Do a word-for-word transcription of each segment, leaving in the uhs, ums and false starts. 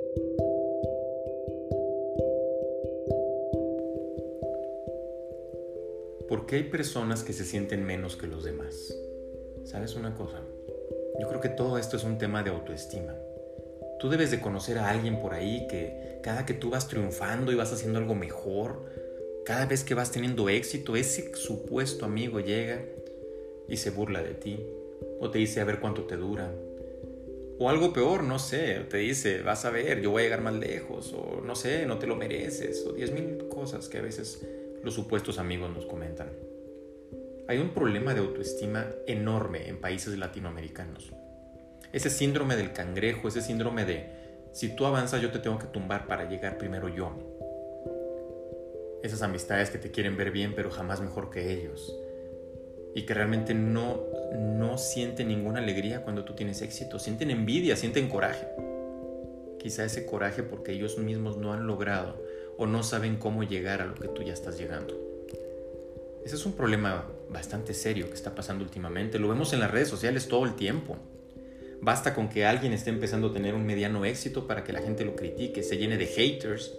¿Por qué hay personas que se sienten menos que los demás? ¿Sabes una cosa? Yo creo que todo esto es un tema de autoestima. Tú debes de conocer a alguien por ahí que cada que tú vas triunfando y vas haciendo algo mejor, cada vez que vas teniendo éxito, ese supuesto amigo llega y se burla de ti, o te dice a ver cuánto te dura, o algo peor, no sé, te dice vas a ver, yo voy a llegar más lejos, o no sé, no te lo mereces, o diez mil cosas que a veces los supuestos amigos nos comentan. Hay un problema de autoestima enorme en países latinoamericanos. Ese síndrome del cangrejo, ese síndrome de si tú avanzas yo te tengo que tumbar para llegar primero yo. Esas amistades que te quieren ver bien pero jamás mejor que ellos. Y que realmente no, no sienten ninguna alegría cuando tú tienes éxito. Sienten envidia, sienten coraje. Quizá ese coraje porque ellos mismos no han logrado o no saben cómo llegar a lo que tú ya estás llegando. Ese es un problema bastante serio que está pasando últimamente. Lo vemos en las redes sociales todo el tiempo. Basta con que alguien esté empezando a tener un mediano éxito para que la gente lo critique, se llene de haters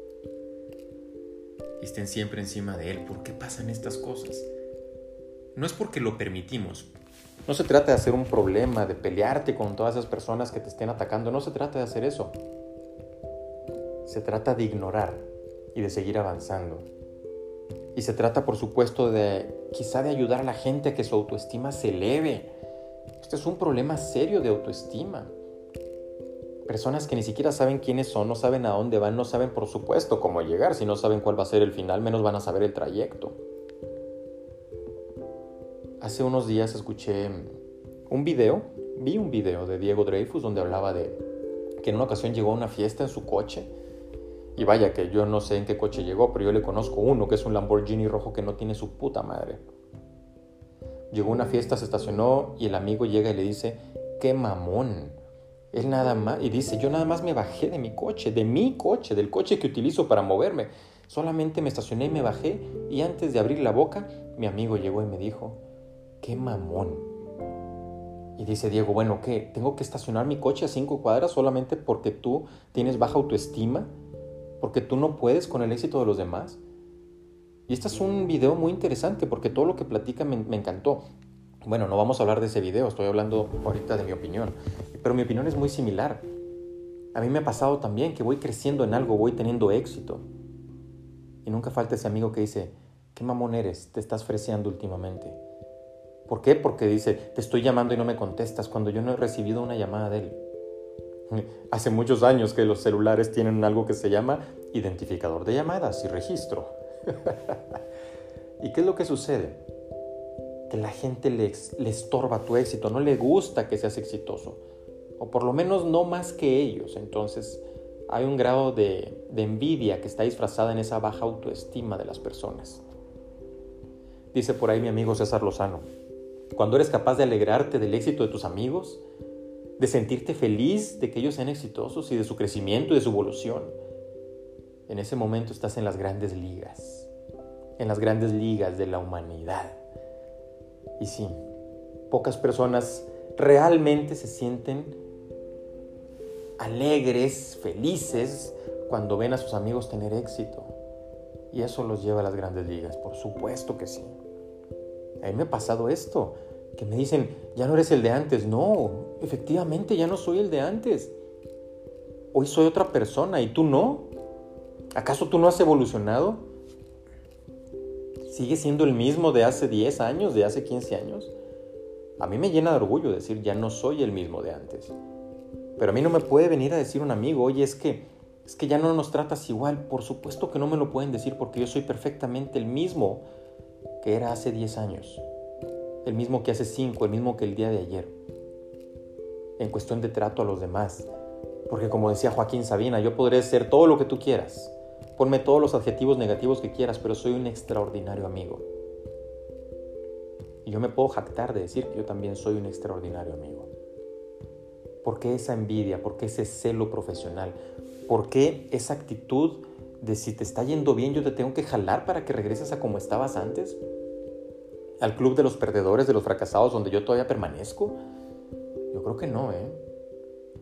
y estén siempre encima de él. ¿Por qué pasan estas cosas? No es porque lo permitimos. No se trata de hacer un problema, de pelearte con todas esas personas que te estén atacando. No se trata de hacer eso. Se trata de ignorar y de seguir avanzando. Y se trata, por supuesto, de quizá de ayudar a la gente a que su autoestima se eleve. Este es un problema serio de autoestima. Personas que ni siquiera saben quiénes son, no saben a dónde van, no saben, por supuesto, cómo llegar. Si no saben cuál va a ser el final, menos van a saber el trayecto. Hace unos días escuché un video, vi un video de Diego Dreyfus donde hablaba de que en una ocasión llegó a una fiesta en su coche. Y vaya que yo no sé en qué coche llegó, pero yo le conozco uno que es un Lamborghini rojo que no tiene su puta madre. Llegó a una fiesta, se estacionó y el amigo llega y le dice, ¡qué mamón! Él nada más, y dice, yo nada más me bajé de mi coche, de mi coche, del coche que utilizo para moverme. Solamente me estacioné y me bajé y antes de abrir la boca, mi amigo llegó y me dijo, ¡qué mamón! Y dice Diego, bueno, ¿qué? ¿Tengo que estacionar mi coche a cinco cuadras solamente porque tú tienes baja autoestima? ¿Porque tú no puedes con el éxito de los demás? Y este es un video muy interesante porque todo lo que platica me, me encantó. Bueno, no vamos a hablar de ese video, estoy hablando ahorita de mi opinión. Pero mi opinión es muy similar. A mí me ha pasado también que voy creciendo en algo, voy teniendo éxito. Y nunca falta ese amigo que dice, ¿qué mamón eres? Te estás freseando últimamente. ¿Por qué? Porque dice, te estoy llamando y no me contestas cuando yo no he recibido una llamada de él. Hace muchos años que los celulares tienen algo que se llama identificador de llamadas y registro. ¿Y qué es lo que sucede? Que la gente le, le estorba tu éxito, no le gusta que seas exitoso, o por lo menos no más que ellos. Entonces hay un grado de, de envidia que está disfrazada en esa baja autoestima de las personas. Dice por ahí mi amigo César Lozano, cuando eres capaz de alegrarte del éxito de tus amigos, de sentirte feliz de que ellos sean exitosos y de su crecimiento y de su evolución, en ese momento estás en las grandes ligas, en las grandes ligas de la humanidad. Y sí, pocas personas realmente se sienten alegres, felices, cuando ven a sus amigos tener éxito. Y eso los lleva a las grandes ligas, por supuesto que sí. A mí me ha pasado esto, que me dicen, ya no eres el de antes. No, efectivamente ya no soy el de antes. Hoy soy otra persona y tú no. ¿Acaso tú no has evolucionado? ¿Sigues siendo el mismo de hace diez años, de hace quince años? A mí me llena de orgullo decir, ya no soy el mismo de antes. Pero a mí no me puede venir a decir un amigo, oye, es que, es que ya no nos tratas igual. Por supuesto que no me lo pueden decir porque yo soy perfectamente el mismo que era hace diez años. El mismo que hace cinco, el mismo que el día de ayer. En cuestión de trato a los demás. Porque como decía Joaquín Sabina, yo podré ser todo lo que tú quieras. Ponme todos los adjetivos negativos que quieras, pero soy un extraordinario amigo. Y yo me puedo jactar de decir que yo también soy un extraordinario amigo. ¿Por qué esa envidia? ¿Por qué ese celo profesional? ¿Por qué esa actitud de si te está yendo bien yo te tengo que jalar para que regreses a como estabas antes? ¿Al club de los perdedores, de los fracasados, donde yo todavía permanezco? Yo creo que no, ¿eh?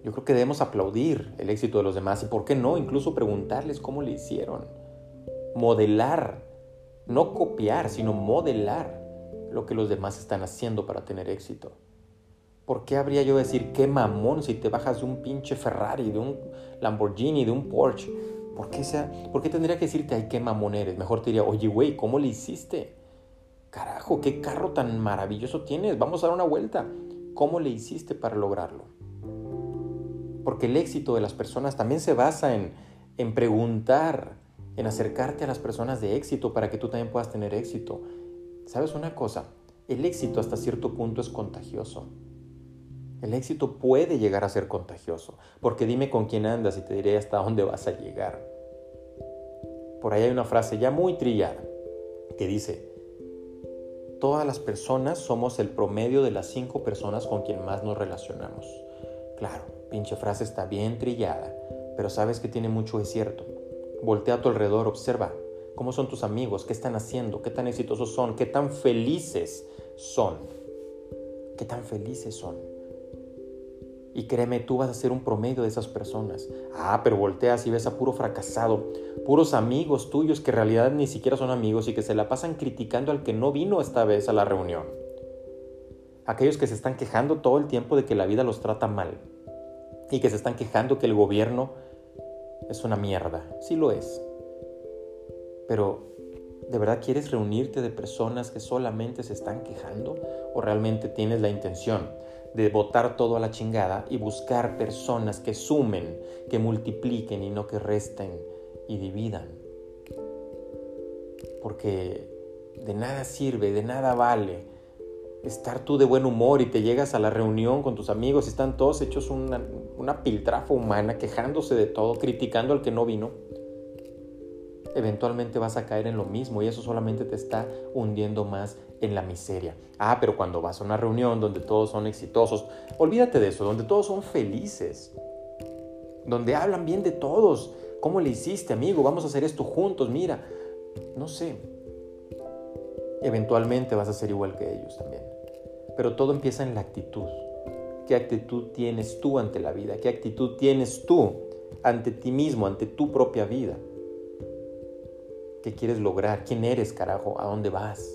Yo creo que debemos aplaudir el éxito de los demás y, ¿por qué no?, incluso preguntarles cómo le hicieron. Modelar, no copiar, sino modelar lo que los demás están haciendo para tener éxito. ¿Por qué habría yo de decir qué mamón si te bajas de un pinche Ferrari, de un Lamborghini, de un Porsche? ¿Por qué, sea, ¿Por qué tendría que decirte, ay, qué mamón eres? Mejor te diría, oye, güey, ¿cómo le hiciste? Carajo, qué carro tan maravilloso tienes, vamos a dar una vuelta. ¿Cómo le hiciste para lograrlo? Porque el éxito de las personas también se basa en, en preguntar, en acercarte a las personas de éxito para que tú también puedas tener éxito. ¿Sabes una cosa? El éxito hasta cierto punto es contagioso. El éxito puede llegar a ser contagioso, porque dime con quién andas y te diré hasta dónde vas a llegar. Por ahí hay una frase ya muy trillada que dice: todas las personas somos el promedio de las cinco personas con quien más nos relacionamos. Claro, pinche frase está bien trillada, pero sabes que tiene mucho de cierto. Voltea a tu alrededor, observa cómo son tus amigos, qué están haciendo, qué tan exitosos son, qué tan felices son. Qué tan felices son. Y créeme, tú vas a ser un promedio de esas personas. Ah, pero volteas y ves a puro fracasado, puros amigos tuyos que en realidad ni siquiera son amigos y que se la pasan criticando al que no vino esta vez a la reunión. Aquellos que se están quejando todo el tiempo de que la vida los trata mal y que se están quejando que el gobierno es una mierda. Sí lo es. Pero, ¿de verdad quieres reunirte de personas que solamente se están quejando? ¿O realmente tienes la intención de botar todo a la chingada y buscar personas que sumen, que multipliquen y no que resten y dividan? Porque de nada sirve, de nada vale estar tú de buen humor y te llegas a la reunión con tus amigos y están todos hechos una, una piltrafa humana, quejándose de todo, criticando al que no vino. Eventualmente vas a caer en lo mismo y eso solamente te está hundiendo más en la miseria. Ah, pero cuando vas a una reunión donde todos son exitosos, olvídate de eso, donde todos son felices, donde hablan bien de todos. ¿Cómo le hiciste, amigo? Vamos a hacer esto juntos, mira. No sé. Eventualmente vas a ser igual que ellos también. Pero todo empieza en la actitud. ¿Qué actitud tienes tú ante la vida? ¿Qué actitud tienes tú ante ti mismo, ante tu propia vida? ¿Qué quieres lograr? ¿Quién eres, carajo? ¿A dónde vas?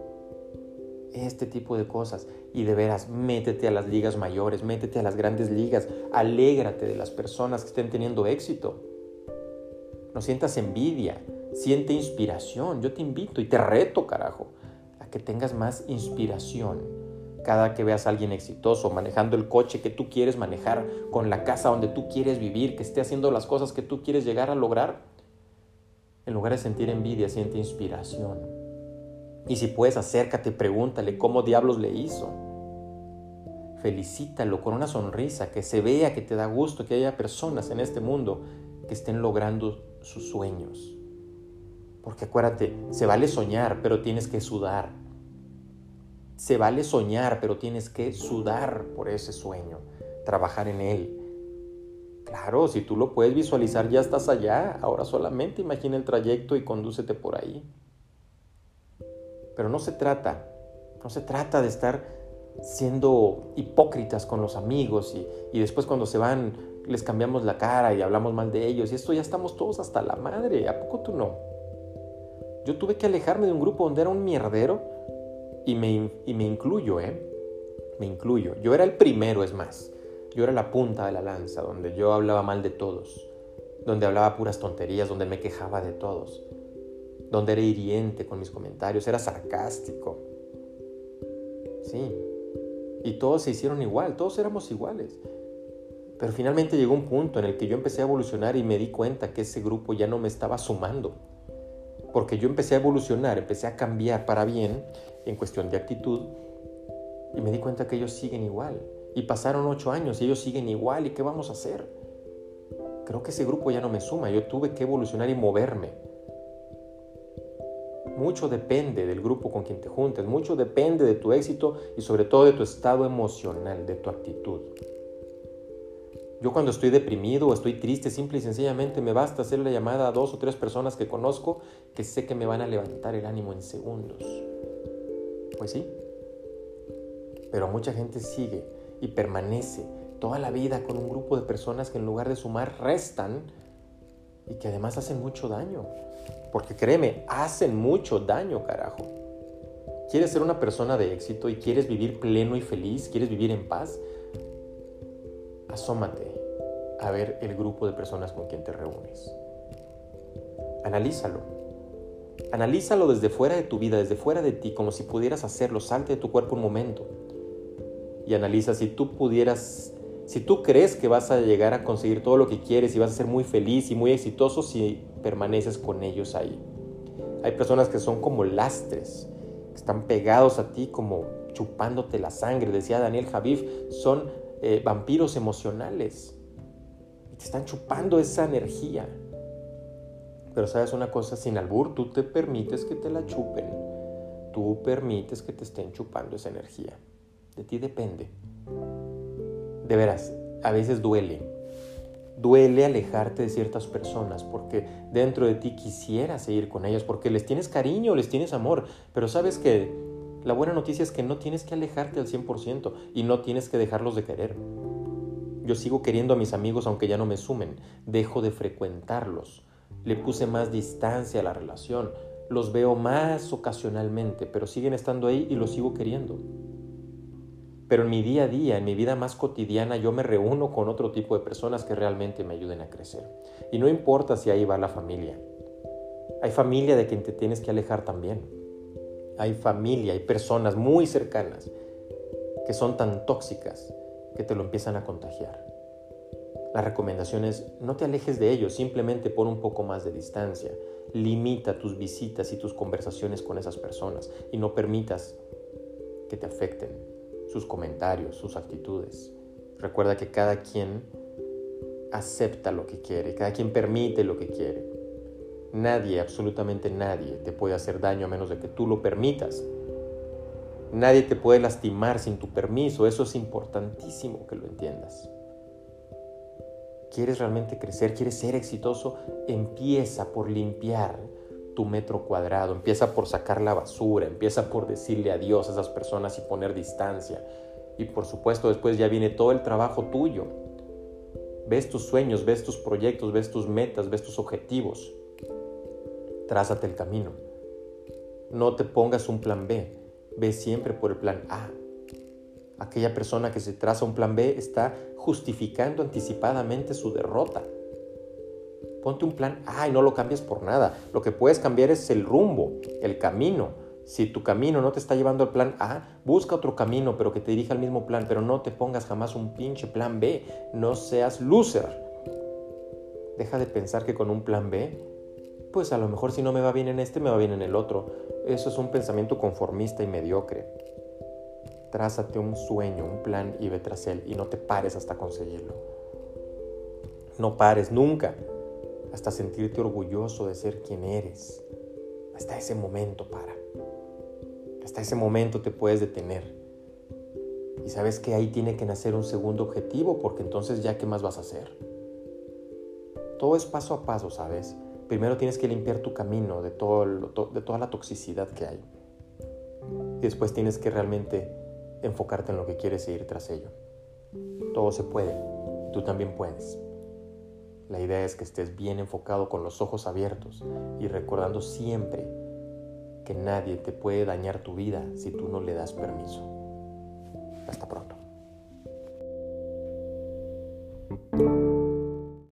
Este tipo de cosas. Y de veras, métete a las ligas mayores, métete a las grandes ligas, alégrate de las personas que estén teniendo éxito. No sientas envidia, siente inspiración. Yo te invito y te reto, carajo, a que tengas más inspiración. Cada que veas a alguien exitoso, manejando el coche que tú quieres manejar, con la casa donde tú quieres vivir, que esté haciendo las cosas que tú quieres llegar a lograr, en lugar de sentir envidia, siente inspiración. Y si puedes, acércate, pregúntale cómo diablos le hizo. Felicítalo con una sonrisa, que se vea que te da gusto, que haya personas en este mundo que estén logrando sus sueños. Porque acuérdate, se vale soñar, pero tienes que sudar. Se vale soñar, pero tienes que sudar por ese sueño, trabajar en él. Claro, si tú lo puedes visualizar, ya estás allá. Ahora solamente imagina el trayecto y condúcete por ahí. Pero no se trata, no se trata de estar siendo hipócritas con los amigos y, y después cuando se van les cambiamos la cara y hablamos mal de ellos. Y esto ya estamos todos hasta la madre. ¿A poco tú no? Yo tuve que alejarme de un grupo donde era un mierdero y me, y me incluyo, ¿eh? Me incluyo. Yo era el primero, es más. Yo era la punta de la lanza, donde yo hablaba mal de todos, donde hablaba puras tonterías, donde me quejaba de todos, donde era hiriente con mis comentarios, era sarcástico. Sí, y todos se hicieron igual, todos éramos iguales. Pero finalmente llegó un punto en el que yo empecé a evolucionar y me di cuenta que ese grupo ya no me estaba sumando. Porque yo empecé a evolucionar, empecé a cambiar para bien en cuestión de actitud y me di cuenta que ellos siguen igual. Y pasaron ocho años y ellos siguen igual. ¿Y qué vamos a hacer? Creo que ese grupo ya no me suma. Yo tuve que evolucionar y moverme. Mucho depende del grupo con quien te juntes. Mucho depende de tu éxito y sobre todo de tu estado emocional, de tu actitud. Yo cuando estoy deprimido o estoy triste, simple y sencillamente me basta hacer la llamada a dos o tres personas que conozco que sé que me van a levantar el ánimo en segundos. Pues sí. Pero mucha gente sigue y permanece toda la vida con un grupo de personas que en lugar de sumar restan y que además hacen mucho daño. Porque créeme, hacen mucho daño, carajo. ¿Quieres ser una persona de éxito y quieres vivir pleno y feliz? ¿Quieres vivir en paz? Asómate a ver el grupo de personas con quien te reúnes. Analízalo. Analízalo desde fuera de tu vida, desde fuera de ti, como si pudieras hacerlo. Salte de tu cuerpo un momento y analiza si tú pudieras, si tú crees que vas a llegar a conseguir todo lo que quieres y vas a ser muy feliz y muy exitoso si permaneces con ellos ahí. Hay personas que son como lastres, que están pegados a ti como chupándote la sangre. Decía Daniel Javif, son eh, vampiros emocionales y te están chupando esa energía. Pero sabes una cosa, sin albur, tú te permites que te la chupen. Tú permites que te estén chupando esa energía. De ti depende. De veras, a veces duele. Duele alejarte de ciertas personas porque dentro de ti quisieras seguir con ellas porque les tienes cariño, les tienes amor. Pero sabes que la buena noticia es que no tienes que alejarte al cien por ciento y no tienes que dejarlos de querer. Yo sigo queriendo a mis amigos aunque ya no me sumen. Dejo de frecuentarlos. Le puse más distancia a la relación. Los veo más ocasionalmente, pero siguen estando ahí y los sigo queriendo. Pero en mi día a día, en mi vida más cotidiana, yo me reúno con otro tipo de personas que realmente me ayuden a crecer. Y no importa si ahí va la familia. Hay familia de quien te tienes que alejar también. Hay familia, hay personas muy cercanas que son tan tóxicas que te lo empiezan a contagiar. La recomendación es no te alejes de ellos, simplemente pon un poco más de distancia. Limita tus visitas y tus conversaciones con esas personas y no permitas que te afecten sus comentarios, sus actitudes. Recuerda que cada quien acepta lo que quiere, cada quien permite lo que quiere. Nadie, absolutamente nadie, te puede hacer daño a menos de que tú lo permitas. Nadie te puede lastimar sin tu permiso, eso es importantísimo que lo entiendas. ¿Quieres realmente crecer? ¿Quieres ser exitoso? Empieza por limpiar tu metro cuadrado, empieza por sacar la basura, empieza por decirle adiós a esas personas y poner distancia. Y por supuesto después ya viene todo el trabajo tuyo. Ves tus sueños, ves tus proyectos, ves tus metas, ves tus objetivos. Trázate el camino. No te pongas un plan B, ve siempre por el plan A. Aquella persona que se traza un plan B está justificando anticipadamente su derrota. Ponte un plan A y no lo cambies por nada. Lo que puedes cambiar es el rumbo, el camino. Si tu camino no te está llevando al plan A, busca otro camino, pero que te dirija al mismo plan. Pero no te pongas jamás un pinche plan B. No seas loser. Deja de pensar que con un plan B, pues a lo mejor si no me va bien en este, me va bien en el otro. Eso es un pensamiento conformista y mediocre. Trázate un sueño, un plan y ve tras él y no te pares hasta conseguirlo. No pares nunca hasta sentirte orgulloso de ser quien eres. Hasta ese momento para. Hasta ese momento te puedes detener. Y sabes que ahí tiene que nacer un segundo objetivo porque entonces ya ¿qué más vas a hacer? Todo es paso a paso, ¿sabes? Primero tienes que limpiar tu camino de, todo lo, de toda la toxicidad que hay. Y después tienes que realmente enfocarte en lo que quieres e ir tras ello. Todo se puede, tú también puedes. La idea es que estés bien enfocado con los ojos abiertos y recordando siempre que nadie te puede dañar tu vida si tú no le das permiso. Hasta pronto.